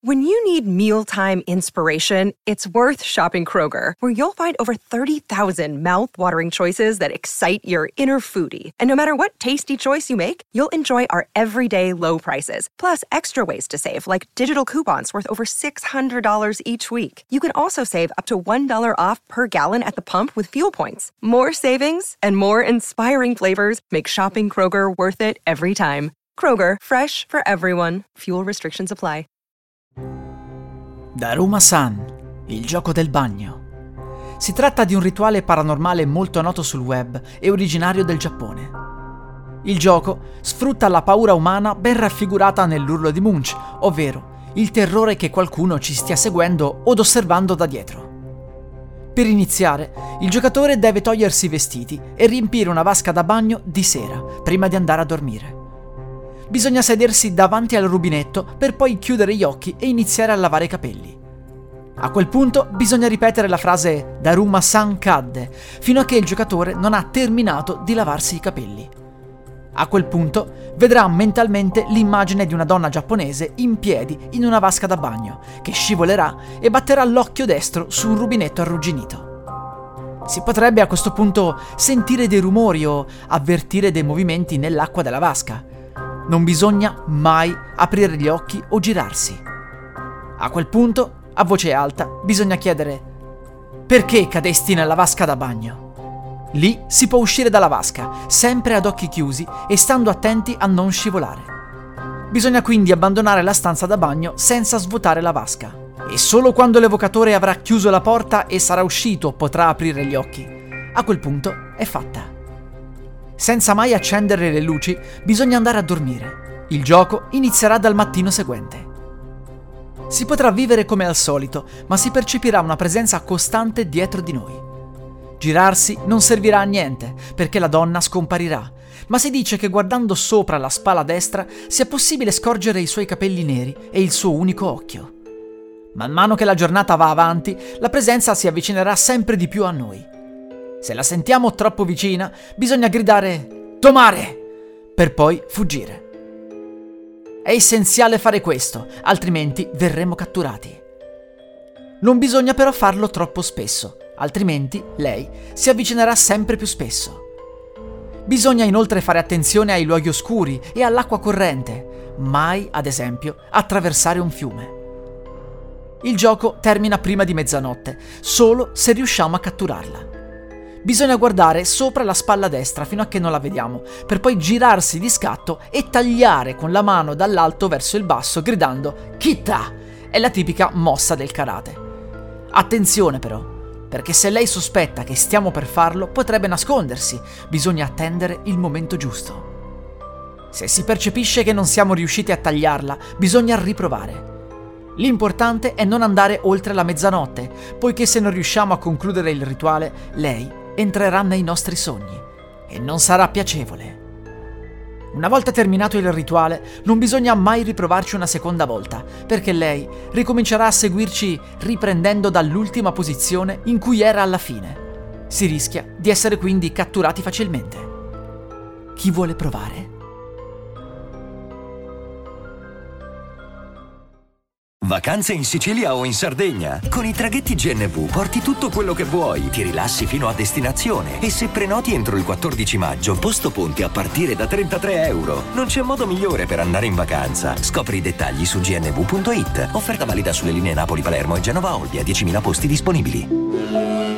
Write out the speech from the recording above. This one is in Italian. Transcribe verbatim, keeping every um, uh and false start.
When you need mealtime inspiration, it's worth shopping Kroger, where you'll find over thirty thousand mouth-watering choices that excite your inner foodie. And no matter what tasty choice you make, you'll enjoy our everyday low prices, plus extra ways to save, like digital coupons worth over six hundred dollars each week. You can also save up to one dollar off per gallon at the pump with fuel points. More savings and more inspiring flavors make shopping Kroger worth it every time. Kroger, fresh for everyone. Fuel restrictions apply. Daruma-san, il gioco del bagno. Si tratta di un rituale paranormale molto noto sul web e originario del Giappone. Il gioco sfrutta la paura umana ben raffigurata nell'urlo di Munch, ovvero il terrore che qualcuno ci stia seguendo od osservando da dietro. Per iniziare, il giocatore deve togliersi i vestiti e riempire una vasca da bagno di sera, prima di andare a dormire. Bisogna sedersi davanti al rubinetto per poi chiudere gli occhi e iniziare a lavare i capelli. A quel punto bisogna ripetere la frase Daruma-san cadde fino a che il giocatore non ha terminato di lavarsi i capelli. A quel punto vedrà mentalmente l'immagine di una donna giapponese in piedi in una vasca da bagno, che scivolerà e batterà l'occhio destro su un rubinetto arrugginito. Si potrebbe a questo punto sentire dei rumori o avvertire dei movimenti nell'acqua della vasca. Non bisogna mai aprire gli occhi o girarsi. A quel punto, a voce alta, bisogna chiedere: perché cadesti nella vasca da bagno? Lì si può uscire dalla vasca, sempre ad occhi chiusi e stando attenti a non scivolare. Bisogna quindi abbandonare la stanza da bagno senza svuotare la vasca. E solo quando l'evocatore avrà chiuso la porta e sarà uscito potrà aprire gli occhi. A quel punto è fatta. Senza mai accendere le luci, bisogna andare a dormire. Il gioco inizierà dal mattino seguente. Si potrà vivere come al solito, ma si percepirà una presenza costante dietro di noi. Girarsi non servirà a niente, perché la donna scomparirà, ma si dice che guardando sopra la spalla destra sia possibile scorgere i suoi capelli neri e il suo unico occhio. Man mano che la giornata va avanti, la presenza si avvicinerà sempre di più a noi. Se la sentiamo troppo vicina, bisogna gridare «Tomare!» per poi fuggire. È essenziale fare questo, altrimenti verremo catturati. Non bisogna però farlo troppo spesso, altrimenti lei si avvicinerà sempre più spesso. Bisogna inoltre fare attenzione ai luoghi oscuri e all'acqua corrente, mai, ad esempio, attraversare un fiume. Il gioco termina prima di mezzanotte, solo se riusciamo a catturarla. Bisogna guardare sopra la spalla destra fino a che non la vediamo, per poi girarsi di scatto e tagliare con la mano dall'alto verso il basso gridando «Kita!» È la tipica mossa del karate. Attenzione però, perché se lei sospetta che stiamo per farlo potrebbe nascondersi, bisogna attendere il momento giusto. Se si percepisce che non siamo riusciti a tagliarla, bisogna riprovare. L'importante è non andare oltre la mezzanotte, poiché se non riusciamo a concludere il rituale, lei entrerà nei nostri sogni e non sarà piacevole. Una volta terminato il rituale, non bisogna mai riprovarci una seconda volta, perché lei ricomincerà a seguirci riprendendo dall'ultima posizione in cui era alla fine. Si rischia di essere quindi catturati facilmente. Chi vuole provare? Vacanze in Sicilia o in Sardegna? Con i traghetti G N V porti tutto quello che vuoi, ti rilassi fino a destinazione e se prenoti entro il quattordici maggio, posto ponti a partire da trentatré euro. Non c'è modo migliore per andare in vacanza. Scopri i dettagli su g n v punto i t. Offerta valida sulle linee Napoli-Palermo e Genova-Olbia, diecimila posti disponibili.